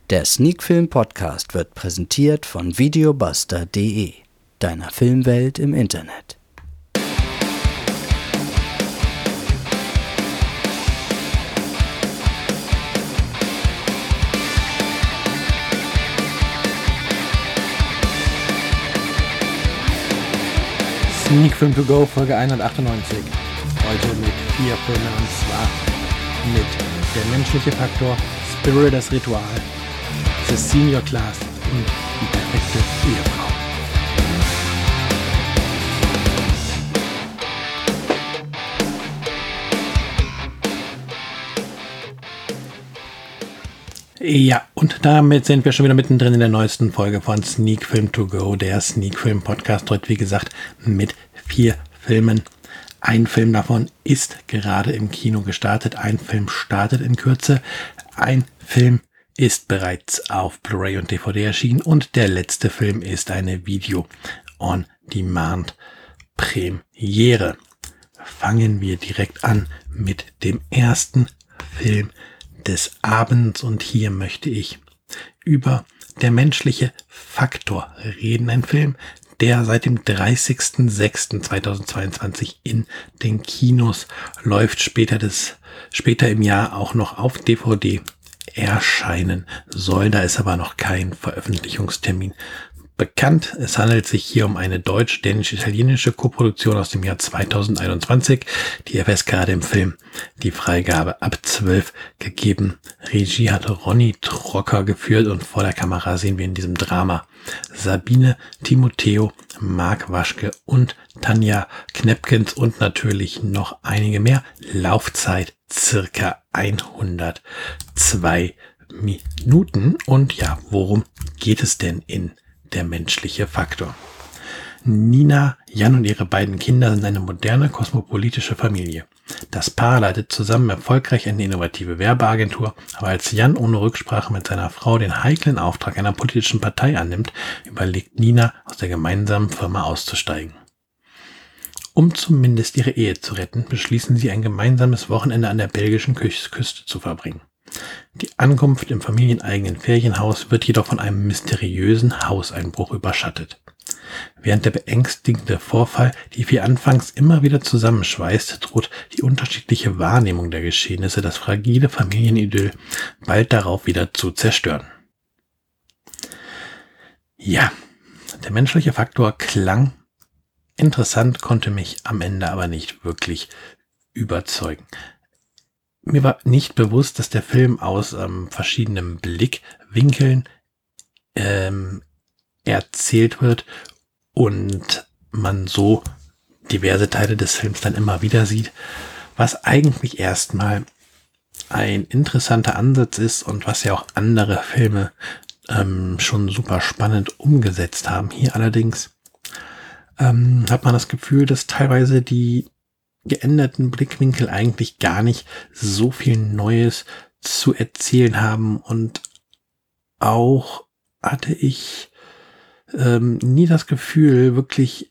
Der Sneakfilm-Podcast wird präsentiert von videobuster.de, deiner Filmwelt im Internet. Sneak Film to Go, Folge 198. Heute mit 4 Filmen, und zwar mit Der menschliche Faktor, Spirit, das Ritual, The Senior Class und Die perfekte Ehefrau. Ja, und damit sind wir schon wieder mittendrin in der neuesten Folge von Sneak Film to Go, der Sneak Film Podcast. Heute, wie gesagt, mit 4 Filmen. Ein Film davon ist gerade im Kino gestartet. Ein Film startet in Kürze. Ein Film ist bereits auf Blu-ray und DVD erschienen. Und der letzte Film ist eine Video-on-Demand-Premiere. Fangen wir direkt an mit dem ersten Film des Abends. Und hier möchte ich über Der menschliche Faktor reden. Ein Film, der seit dem 30.06.2022 in den Kinos läuft, später im Jahr auch noch auf DVD erscheinen soll. Da ist aber noch kein Veröffentlichungstermin bekannt. Es handelt sich hier um eine deutsch-dänisch-italienische Koproduktion aus dem Jahr 2021. Die FSK hat dem Film die Freigabe ab 12 gegeben. Regie hat Ronny Trocker geführt und vor der Kamera sehen wir in diesem Drama Sabine Timoteo, Marc Waschke und Tanja Knepkens und natürlich noch einige mehr. Laufzeit circa 102 Minuten. Und ja, worum geht es denn in Der menschliche Faktor? Nina, Jan und ihre beiden Kinder sind eine moderne, kosmopolitische Familie. Das Paar leitet zusammen erfolgreich eine innovative Werbeagentur, aber als Jan ohne Rücksprache mit seiner Frau den heiklen Auftrag einer politischen Partei annimmt, überlegt Nina, aus der gemeinsamen Firma auszusteigen. Um zumindest ihre Ehe zu retten, beschließen sie, ein gemeinsames Wochenende an der belgischen Küste zu verbringen. Die Ankunft im familieneigenen Ferienhaus wird jedoch von einem mysteriösen Hauseinbruch überschattet. Während der beängstigende Vorfall die 4 anfangs immer wieder zusammenschweißt, droht die unterschiedliche Wahrnehmung der Geschehnisse das fragile Familienidyll bald darauf wieder zu zerstören. Ja, der menschliche Faktor klang interessant, konnte mich am Ende aber nicht wirklich überzeugen. Mir war nicht bewusst, dass der Film aus verschiedenen Blickwinkeln erzählt wird und man so diverse Teile des Films dann immer wieder sieht, was eigentlich erstmal ein interessanter Ansatz ist und was ja auch andere Filme schon super spannend umgesetzt haben. Hier allerdings hat man das Gefühl, dass teilweise die geänderten Blickwinkel eigentlich gar nicht so viel Neues zu erzählen haben, und auch hatte ich nie das Gefühl, wirklich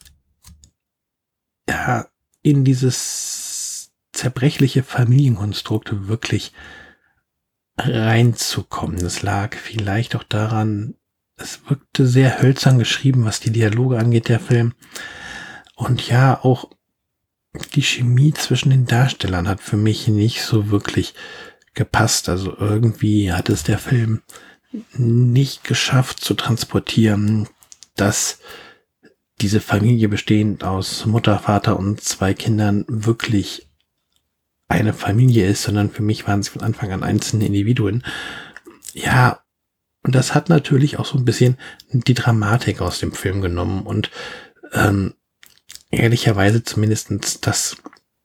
in dieses zerbrechliche Familienkonstrukt wirklich reinzukommen. Das lag vielleicht auch daran, es wirkte sehr hölzern geschrieben, was die Dialoge angeht, der Film. Und ja, auch die Chemie zwischen den Darstellern hat für mich nicht so wirklich gepasst. Also irgendwie hat es der Film nicht geschafft zu transportieren, dass diese Familie bestehend aus Mutter, Vater und 2 Kindern wirklich eine Familie ist, sondern für mich waren sie von Anfang an einzelne Individuen. Ja, und das hat natürlich auch so ein bisschen die Dramatik aus dem Film genommen und ehrlicherweise zumindestens, dass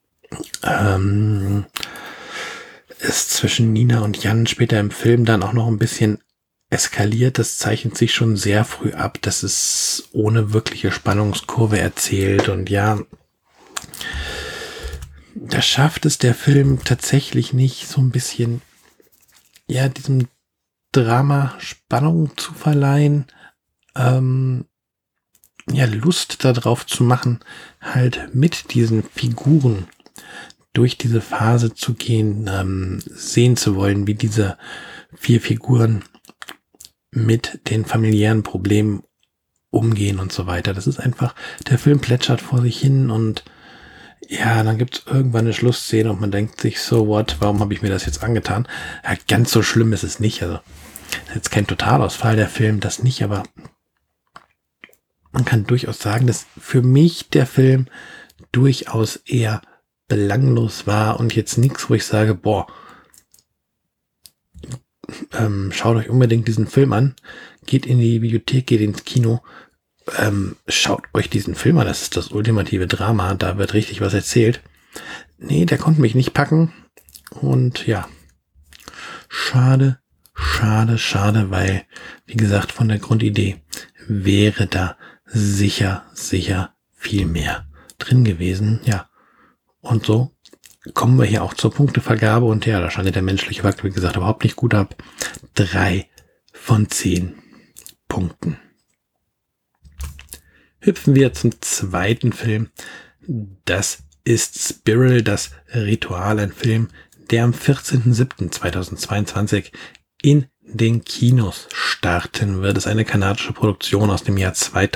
es zwischen Nina und Jan später im Film dann auch noch ein bisschen eskaliert. Das zeichnet sich schon sehr früh ab, dass es ohne wirkliche Spannungskurve erzählt. Und ja, da schafft es der Film tatsächlich nicht, so ein bisschen diesem Drama Spannung zu verleihen. Lust darauf zu machen, halt mit diesen Figuren durch diese Phase zu gehen, sehen zu wollen, wie diese 4 Figuren mit den familiären Problemen umgehen und so weiter. Das ist einfach, der Film plätschert vor sich hin und ja, dann gibt es irgendwann eine Schlussszene und man denkt sich so, what, warum habe ich mir das jetzt angetan? Ja, ganz so schlimm ist es nicht. Also, das ist jetzt kein Totalausfall der Film, das nicht, aber man kann durchaus sagen, dass für mich der Film durchaus eher belanglos war und jetzt nichts, wo ich sage, boah, schaut euch unbedingt diesen Film an, geht in die Bibliothek, geht ins Kino, schaut euch diesen Film an, das ist das ultimative Drama, da wird richtig was erzählt. Nee, der konnte mich nicht packen und ja, schade, weil, wie gesagt, von der Grundidee wäre da sicher viel mehr drin gewesen, ja. Und so kommen wir hier auch zur Punktevergabe und ja, da schneidet der menschliche Faktor, wie gesagt, überhaupt nicht gut ab. 3 von 10 Punkten. Hüpfen wir zum zweiten Film. Das ist Spiral, das Ritual, ein Film, der am 14.07.2022 in den Kinos starten wird. Es ist eine kanadische Produktion aus dem Jahr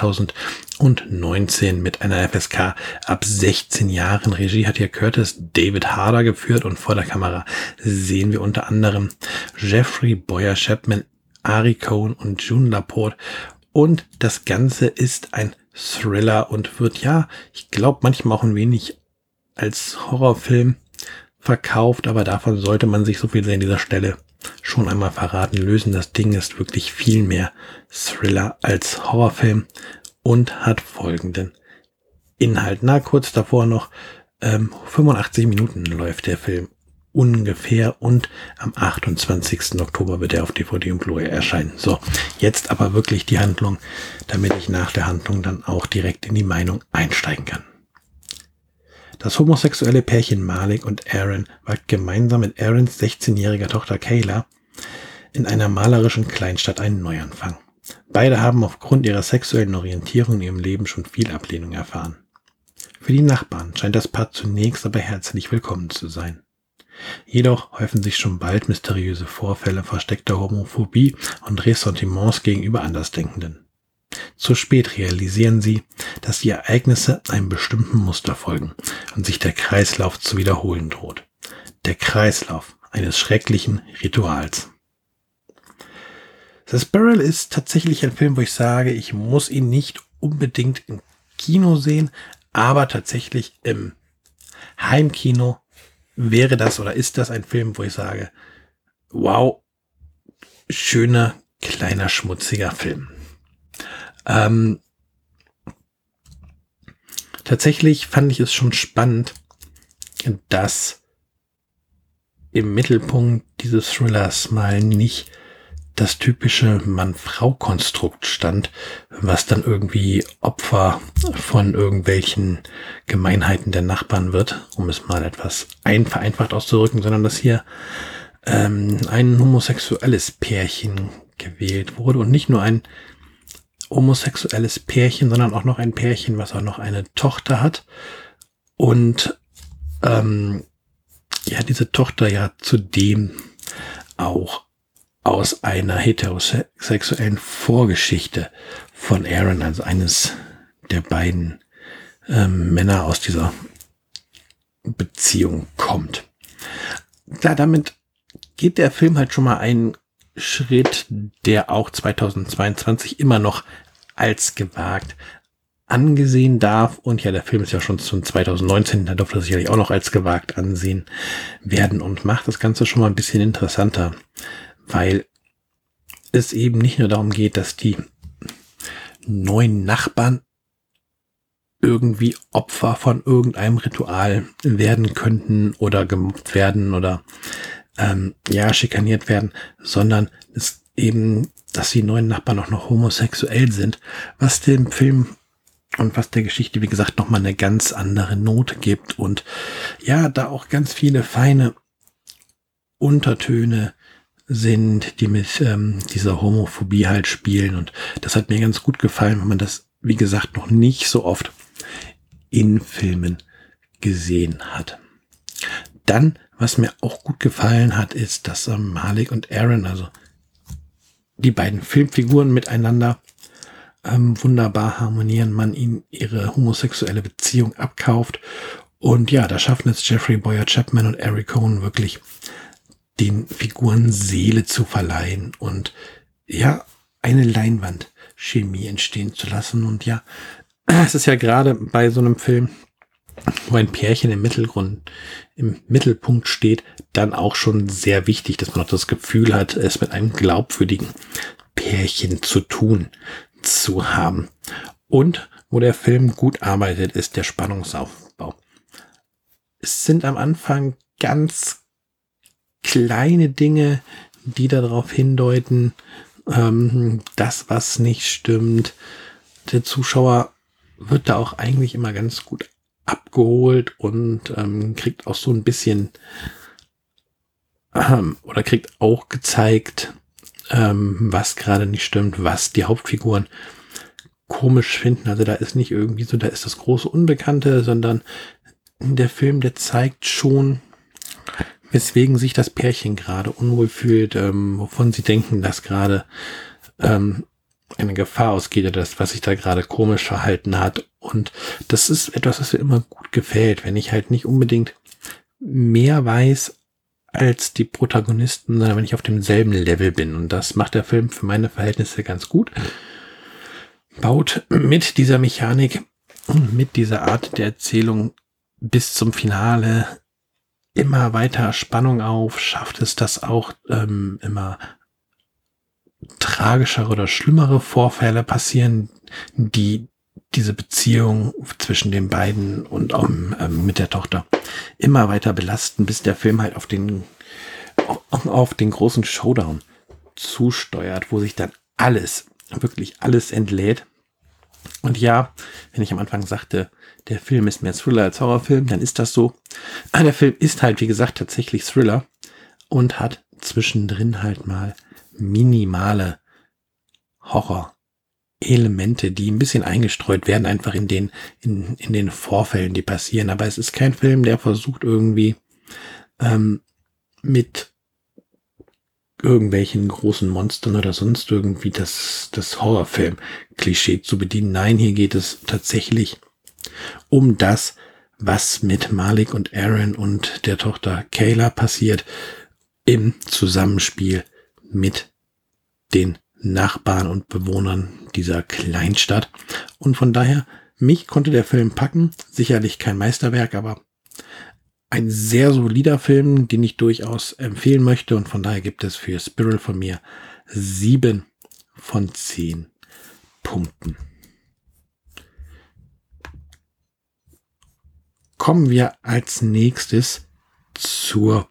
2019 mit einer FSK ab 16 Jahren. Regie hat hier Curtis David Harder geführt und vor der Kamera sehen wir unter anderem Jeffrey Boyer Chapman, Ari Cohen und June Laporte. Und das Ganze ist ein Thriller und wird, ja, ich glaube, manchmal auch ein wenig als Horrorfilm verkauft, aber davon sollte man sich, so viel an dieser Stelle schon einmal verraten, lösen. Das Ding ist wirklich viel mehr Thriller als Horrorfilm und hat folgenden Inhalt. Na, kurz davor noch, 85 Minuten läuft der Film ungefähr und am 28. Oktober wird er auf DVD und Blu-ray erscheinen. So, jetzt aber wirklich die Handlung, damit ich nach der Handlung dann auch direkt in die Meinung einsteigen kann. Das homosexuelle Pärchen Malik und Aaron wagt gemeinsam mit Aarons 16-jähriger Tochter Kayla in einer malerischen Kleinstadt einen Neuanfang. Beide haben aufgrund ihrer sexuellen Orientierung in ihrem Leben schon viel Ablehnung erfahren. Für die Nachbarn scheint das Paar zunächst aber herzlich willkommen zu sein. Jedoch häufen sich schon bald mysteriöse Vorfälle versteckter Homophobie und Ressentiments gegenüber Andersdenkenden. Zu spät realisieren sie, dass die Ereignisse einem bestimmten Muster folgen und sich der Kreislauf zu wiederholen droht. Der Kreislauf eines schrecklichen Rituals. The Spiral ist tatsächlich ein Film, wo ich sage, ich muss ihn nicht unbedingt im Kino sehen, aber tatsächlich im Heimkino wäre das oder ist das ein Film, wo ich sage, wow, schöner, kleiner, schmutziger Film. Tatsächlich fand ich es schon spannend, dass im Mittelpunkt dieses Thrillers mal nicht das typische Mann-Frau-Konstrukt stand, was dann irgendwie Opfer von irgendwelchen Gemeinheiten der Nachbarn wird, um es mal etwas vereinfacht auszudrücken, sondern dass hier ein homosexuelles Pärchen gewählt wurde und nicht nur ein homosexuelles Pärchen, sondern auch noch ein Pärchen, was auch noch eine Tochter hat und diese Tochter ja zudem auch aus einer heterosexuellen Vorgeschichte von Aaron, also eines der beiden Männer aus dieser Beziehung kommt. Ja, damit geht der Film halt schon mal einen Schritt, der auch 2022 immer noch als gewagt angesehen darf. Und ja, der Film ist ja schon zum 2019, da dürfte er sicherlich auch noch als gewagt ansehen werden und macht das Ganze schon mal ein bisschen interessanter, weil es eben nicht nur darum geht, dass die neuen Nachbarn irgendwie Opfer von irgendeinem Ritual werden könnten oder gemobbt werden oder schikaniert werden, sondern es eben, dass die neuen Nachbarn auch noch homosexuell sind, was dem Film und was der Geschichte, wie gesagt, nochmal eine ganz andere Note gibt und ja, da auch ganz viele feine Untertöne sind, die mit dieser Homophobie halt spielen und das hat mir ganz gut gefallen, wenn man das, wie gesagt, noch nicht so oft in Filmen gesehen hat. Dann, was mir auch gut gefallen hat, ist, dass Malik und Aaron, also die beiden Filmfiguren miteinander wunderbar harmonieren, man ihnen ihre homosexuelle Beziehung abkauft. Und ja, da schaffen es Jeffrey Boyer Chapman und Eric Cohen wirklich, den Figuren Seele zu verleihen und ja, eine Leinwandchemie entstehen zu lassen. Und ja, es ist ja gerade bei so einem Film, wo ein Pärchen im Mittelpunkt steht, dann auch schon sehr wichtig, dass man auch das Gefühl hat, es mit einem glaubwürdigen Pärchen zu tun zu haben. Und wo der Film gut arbeitet, ist der Spannungsaufbau. Es sind am Anfang ganz kleine Dinge, die darauf hindeuten, das, was nicht stimmt. Der Zuschauer wird da auch eigentlich immer ganz gut abgeholt und kriegt auch so ein bisschen oder kriegt auch gezeigt, was gerade nicht stimmt, was die Hauptfiguren komisch finden. Also da ist nicht irgendwie so, da ist das große Unbekannte, sondern der Film, der zeigt schon, weswegen sich das Pärchen gerade unwohl fühlt, wovon sie denken, dass gerade eine Gefahr ausgeht oder das, was sich da gerade komisch verhalten hat. Und das ist etwas, was mir immer gut gefällt, wenn ich halt nicht unbedingt mehr weiß als die Protagonisten, sondern wenn ich auf demselben Level bin. Und das macht der Film für meine Verhältnisse ganz gut. Baut mit dieser Mechanik und mit dieser Art der Erzählung bis zum Finale immer weiter Spannung auf, schafft es, dass auch immer tragischere oder schlimmere Vorfälle passieren, die diese Beziehung zwischen den beiden und auch mit der Tochter immer weiter belasten, bis der Film halt auf den großen Showdown zusteuert, wo sich dann alles, wirklich alles entlädt. Und ja, wenn ich am Anfang sagte, der Film ist mehr Thriller als Horrorfilm, dann ist das so. Aber der Film ist halt, wie gesagt, tatsächlich Thriller und hat zwischendrin halt mal minimale Horror-Elemente, die ein bisschen eingestreut werden, einfach in den Vorfällen, die passieren. Aber es ist kein Film, der versucht irgendwie mit irgendwelchen großen Monstern oder sonst irgendwie das Horrorfilm-Klischee zu bedienen. Nein, hier geht es tatsächlich um das, was mit Malik und Aaron und der Tochter Kayla passiert im Zusammenspiel mit den Nachbarn und Bewohnern dieser Kleinstadt. Und von daher, mich konnte der Film packen. Sicherlich kein Meisterwerk, aber ein sehr solider Film, den ich durchaus empfehlen möchte. Und von daher gibt es für Spiral von mir 7 von 10 Punkten. Kommen wir als nächstes zur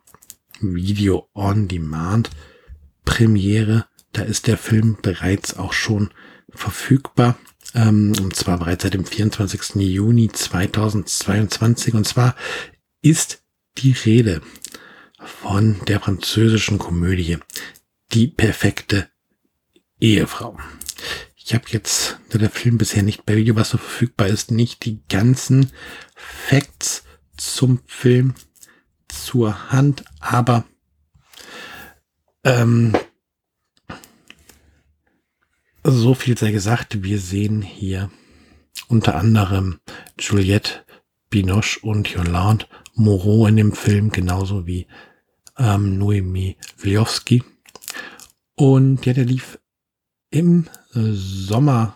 Video-on-Demand-Premiere. Da ist der Film bereits auch schon verfügbar. Und zwar bereits seit dem 24. Juni 2022. Und zwar ist die Rede von der französischen Komödie Die perfekte Ehefrau. Ich habe jetzt, da der Film bisher nicht bei Videobuster verfügbar ist, nicht die ganzen Facts zum Film zur Hand, aber so viel sei gesagt, wir sehen hier unter anderem Juliette Binoche und Yolande Moreau in dem Film, genauso wie Noémie Wielowski. Und ja, der lief im Sommer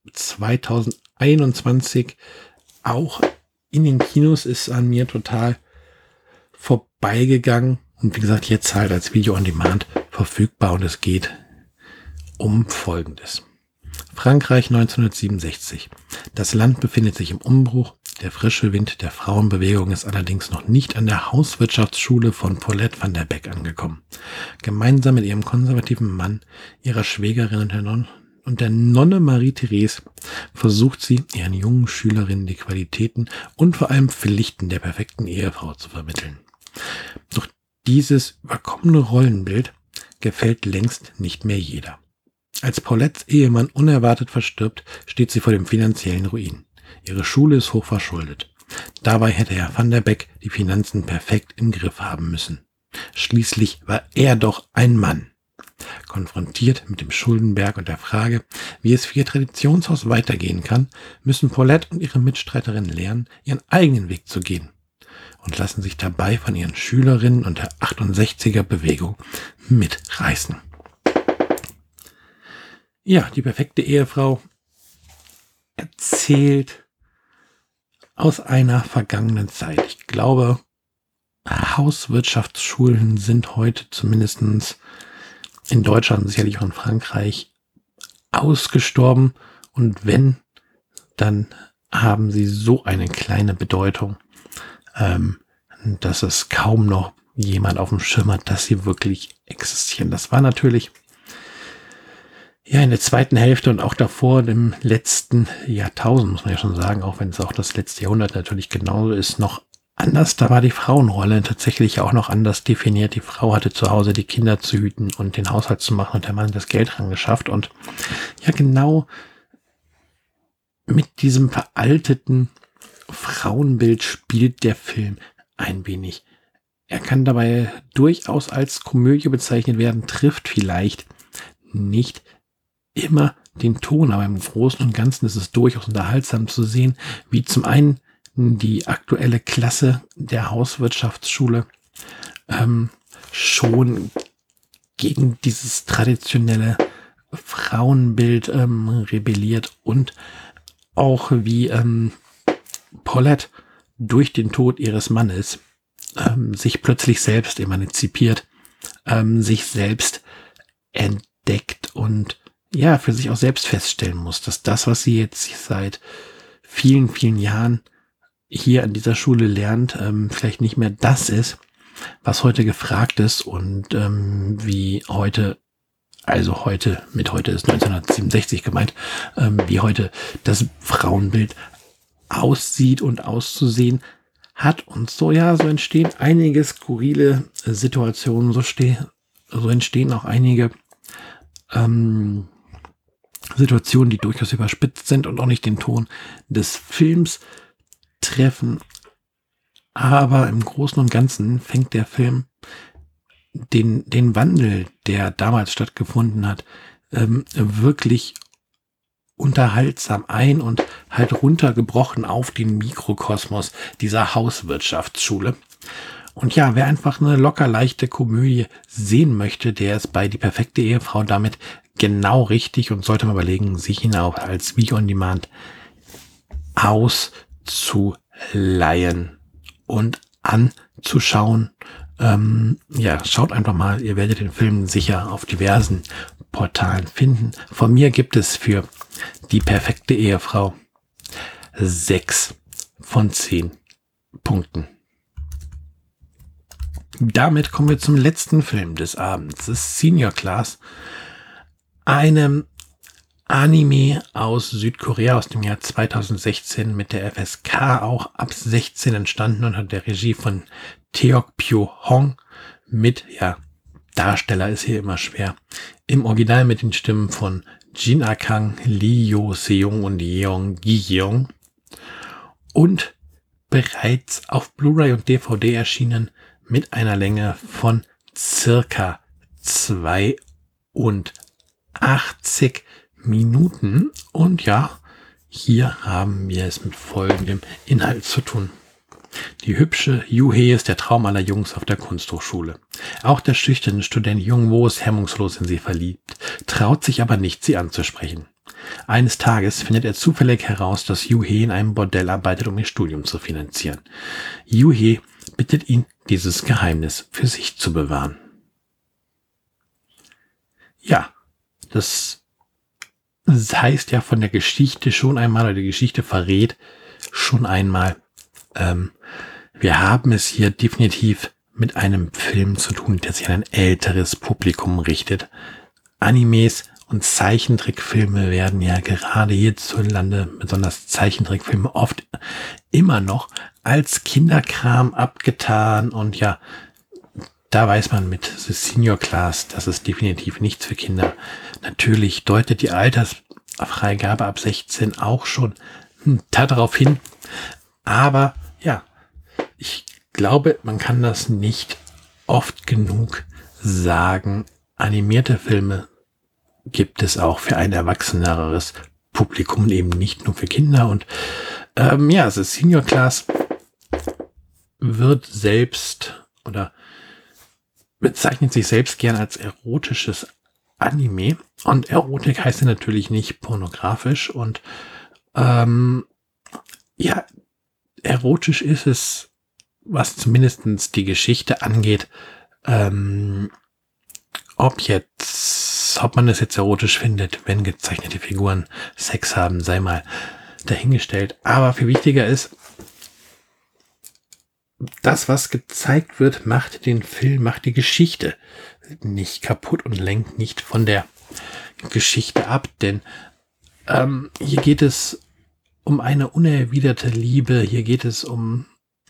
2021 auch in den Kinos, ist an mir total vorbeigegangen. Und wie gesagt, jetzt halt als Video on Demand verfügbar. Und es geht um Folgendes. Frankreich 1967. Das Land befindet sich im Umbruch. Der frische Wind der Frauenbewegung ist allerdings noch nicht an der Hauswirtschaftsschule von Paulette van der Beek angekommen. Gemeinsam mit ihrem konservativen Mann, ihrer Schwägerin und der Nonne Marie-Therese versucht sie, ihren jungen Schülerinnen die Qualitäten und vor allem Pflichten der perfekten Ehefrau zu vermitteln. Doch dieses überkommene Rollenbild gefällt längst nicht mehr jeder. Als Paulettes Ehemann unerwartet verstirbt, steht sie vor dem finanziellen Ruin. Ihre Schule ist hoch verschuldet. Dabei hätte Herr van der Beek die Finanzen perfekt im Griff haben müssen. Schließlich war er doch ein Mann. Konfrontiert mit dem Schuldenberg und der Frage, wie es für ihr Traditionshaus weitergehen kann, müssen Paulette und ihre Mitstreiterin lernen, ihren eigenen Weg zu gehen und lassen sich dabei von ihren Schülerinnen und der 68er-Bewegung mitreißen. Ja, die perfekte Ehefrau erzählt aus einer vergangenen Zeit. Ich glaube, Hauswirtschaftsschulen sind heute zumindest in Deutschland, sicherlich auch in Frankreich, ausgestorben. Und wenn, dann haben sie so eine kleine Bedeutung, dass es kaum noch jemand auf dem Schirm hat, dass sie wirklich existieren. Das war natürlich in der zweiten Hälfte und auch davor, im letzten Jahrtausend, muss man ja schon sagen, auch wenn es auch das letzte Jahrhundert natürlich genauso ist, noch anders. Da war die Frauenrolle tatsächlich auch noch anders definiert. Die Frau hatte zu Hause die Kinder zu hüten und den Haushalt zu machen und der Mann das Geld rangeschafft. Und ja, genau mit diesem veralteten Frauenbild spielt der Film ein wenig. Er kann dabei durchaus als Komödie bezeichnet werden, trifft vielleicht nicht immer den Ton, aber im Großen und Ganzen ist es durchaus unterhaltsam zu sehen, wie zum einen die aktuelle Klasse der Hauswirtschaftsschule schon gegen dieses traditionelle Frauenbild rebelliert und auch wie Paulette durch den Tod ihres Mannes sich plötzlich selbst emanzipiert, sich selbst entdeckt und ja, für sich auch selbst feststellen muss, dass das, was sie jetzt seit vielen, vielen Jahren hier an dieser Schule lernt, vielleicht nicht mehr das ist, was heute gefragt ist und wie heute, also heute, mit heute ist 1967 gemeint, wie heute das Frauenbild aussieht und auszusehen hat. Und so entstehen einige skurrile Situationen, so entstehen auch einige Situationen, die durchaus überspitzt sind und auch nicht den Ton des Films treffen. Aber im Großen und Ganzen fängt der Film den Wandel, der damals stattgefunden hat, wirklich unterhaltsam ein und halt runtergebrochen auf den Mikrokosmos dieser Hauswirtschaftsschule. Und ja, wer einfach eine locker leichte Komödie sehen möchte, der ist bei Die perfekte Ehefrau damit genau richtig und sollte mal überlegen, sich ihn auch als Video on Demand auszuleihen und anzuschauen. Schaut einfach mal, ihr werdet den Film sicher auf diversen Portalen finden. Von mir gibt es für Die perfekte Ehefrau 6 von 10 Punkten. Damit kommen wir zum letzten Film des Abends, das Senior Class, einem Anime aus Südkorea aus dem Jahr 2016 mit der FSK auch ab 16 entstanden und hat der Regie von Taeok Pyo-hong mit, Darsteller ist hier immer schwer, im Original mit den Stimmen von Jin Ah-kang, Lee Jo-seung und Yeong Gi-yeong und bereits auf Blu-ray und DVD erschienen mit einer Länge von circa 82 Minuten. Und hier haben wir es mit folgendem Inhalt zu tun. Die hübsche Yoo-hee ist der Traum aller Jungs auf der Kunsthochschule. Auch der schüchterne Student Jung-woo ist hemmungslos in sie verliebt, traut sich aber nicht, sie anzusprechen. Eines Tages findet er zufällig heraus, dass Yoo-hee in einem Bordell arbeitet, um ihr Studium zu finanzieren. Yoo-hee bittet ihn, dieses Geheimnis für sich zu bewahren. Ja, das heißt ja von der Geschichte schon einmal, oder die Geschichte verrät schon einmal, wir haben es hier definitiv mit einem Film zu tun, der sich an ein älteres Publikum richtet. Animes und Zeichentrickfilme werden ja gerade hierzulande, besonders Zeichentrickfilme, oft immer noch als Kinderkram abgetan. Und da weiß man mit The Senior Class, das ist definitiv nichts für Kinder. Natürlich deutet die Altersfreigabe ab 16 auch schon darauf hin. Aber ich glaube, man kann das nicht oft genug sagen. animierte Filme gibt es auch für ein erwachseneres Publikum und eben nicht nur für Kinder. Und also Senior Class wird selbst oder bezeichnet sich selbst gern als erotisches Anime. Und Erotik heißt ja natürlich nicht pornografisch. Und erotisch ist es, was zumindestens die Geschichte angeht, ob man es jetzt erotisch findet, wenn gezeichnete Figuren Sex haben, sei mal dahingestellt. Aber viel wichtiger ist, das, was gezeigt wird, macht den Film, macht die Geschichte nicht kaputt und lenkt nicht von der Geschichte ab. Denn hier geht es um eine unerwiderte Liebe. Hier geht es um,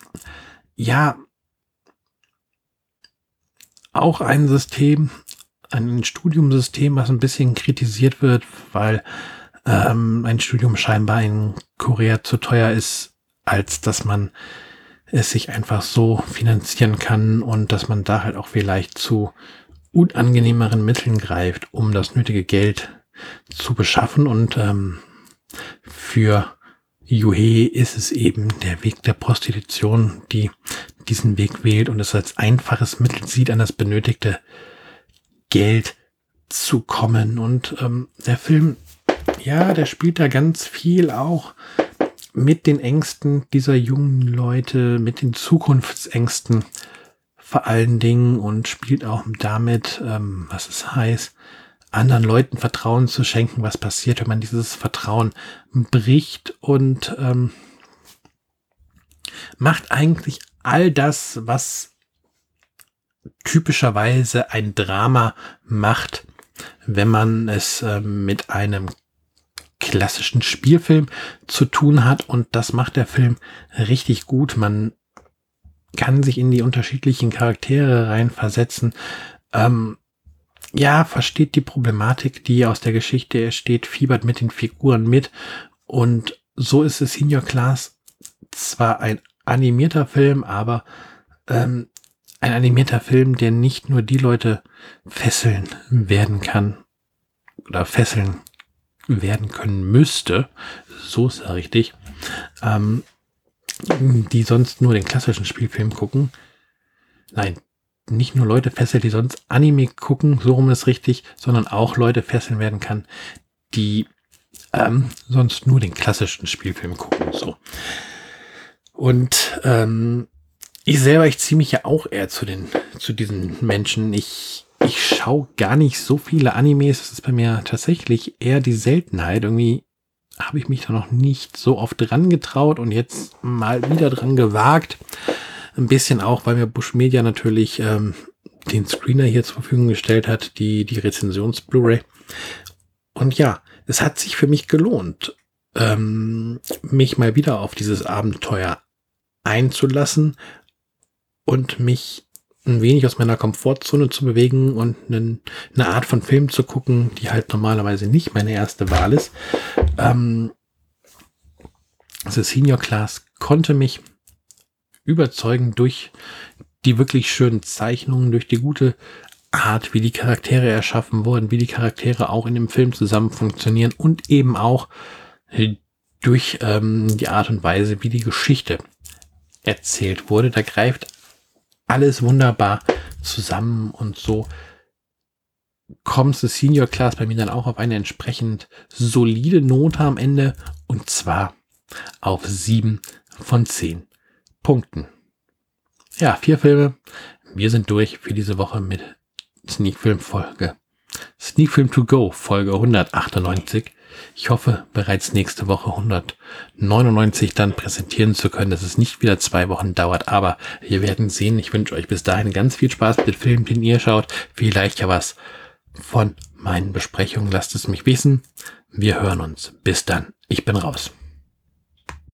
auch ein System, ein Studiumsystem, was ein bisschen kritisiert wird, weil ein Studium scheinbar in Korea zu teuer ist, als dass man es sich einfach so finanzieren kann und dass man da halt auch vielleicht zu unangenehmeren Mitteln greift, um das nötige Geld zu beschaffen. Und für Yuhei ist es eben der Weg der Prostitution, die diesen Weg wählt und es als einfaches Mittel sieht, an das benötigte Geld zu kommen. Und der Film, der spielt da ganz viel auch mit den Ängsten dieser jungen Leute, mit den Zukunftsängsten vor allen Dingen und spielt auch damit, was es heißt, anderen Leuten Vertrauen zu schenken, was passiert, wenn man dieses Vertrauen bricht, und macht eigentlich all das, was typischerweise ein Drama macht, wenn man es mit einem klassischen Spielfilm zu tun hat, und das macht der Film richtig gut. Man kann sich in die unterschiedlichen Charaktere reinversetzen, versteht die Problematik, die aus der Geschichte entsteht, fiebert mit den Figuren mit, und so ist es Senior Class zwar ein animierter Film, aber ein animierter Film, der nicht nur die Leute fesseln werden kann oder fesseln werden können müsste, so ist er richtig, die sonst nur den klassischen Spielfilm gucken. Nein, nicht nur Leute fesselt, die sonst Anime gucken, so rum ist richtig, sondern auch Leute fesseln werden kann, die sonst nur den klassischen Spielfilm gucken. So. Und ich ziehe mich ja auch eher zu diesen Menschen. Ich schaue gar nicht so viele Animes. Das ist bei mir tatsächlich eher die Seltenheit. Irgendwie habe ich mich da noch nicht so oft dran getraut und jetzt mal wieder dran gewagt. Ein bisschen auch, weil mir Bush Media natürlich den Screener hier zur Verfügung gestellt hat, die Rezensions-Blu-ray. Und es hat sich für mich gelohnt, mich mal wieder auf dieses Abenteuer einzulassen und mich ein wenig aus meiner Komfortzone zu bewegen und eine Art von Film zu gucken, die halt normalerweise nicht meine erste Wahl ist. The Senior Class konnte mich überzeugen durch die wirklich schönen Zeichnungen, durch die gute Art, wie die Charaktere erschaffen wurden, wie die Charaktere auch in dem Film zusammen funktionieren und eben auch durch die Art und Weise, wie die Geschichte erzählt wurde. Da greift alles wunderbar zusammen, und so kommt The Senior Class bei mir dann auch auf eine entsprechend solide Note am Ende, und zwar auf 7 von 10 Punkten. 4 Filme. Wir sind durch für diese Woche mit Sneak Film to Go, Folge 198. Ich hoffe, bereits nächste Woche 199 dann präsentieren zu können, dass es nicht wieder 2 Wochen dauert, aber wir werden sehen. Ich wünsche euch bis dahin ganz viel Spaß mit dem Film, den ihr schaut. Vielleicht ja was von meinen Besprechungen. Lasst es mich wissen. Wir hören uns. Bis dann. Ich bin raus.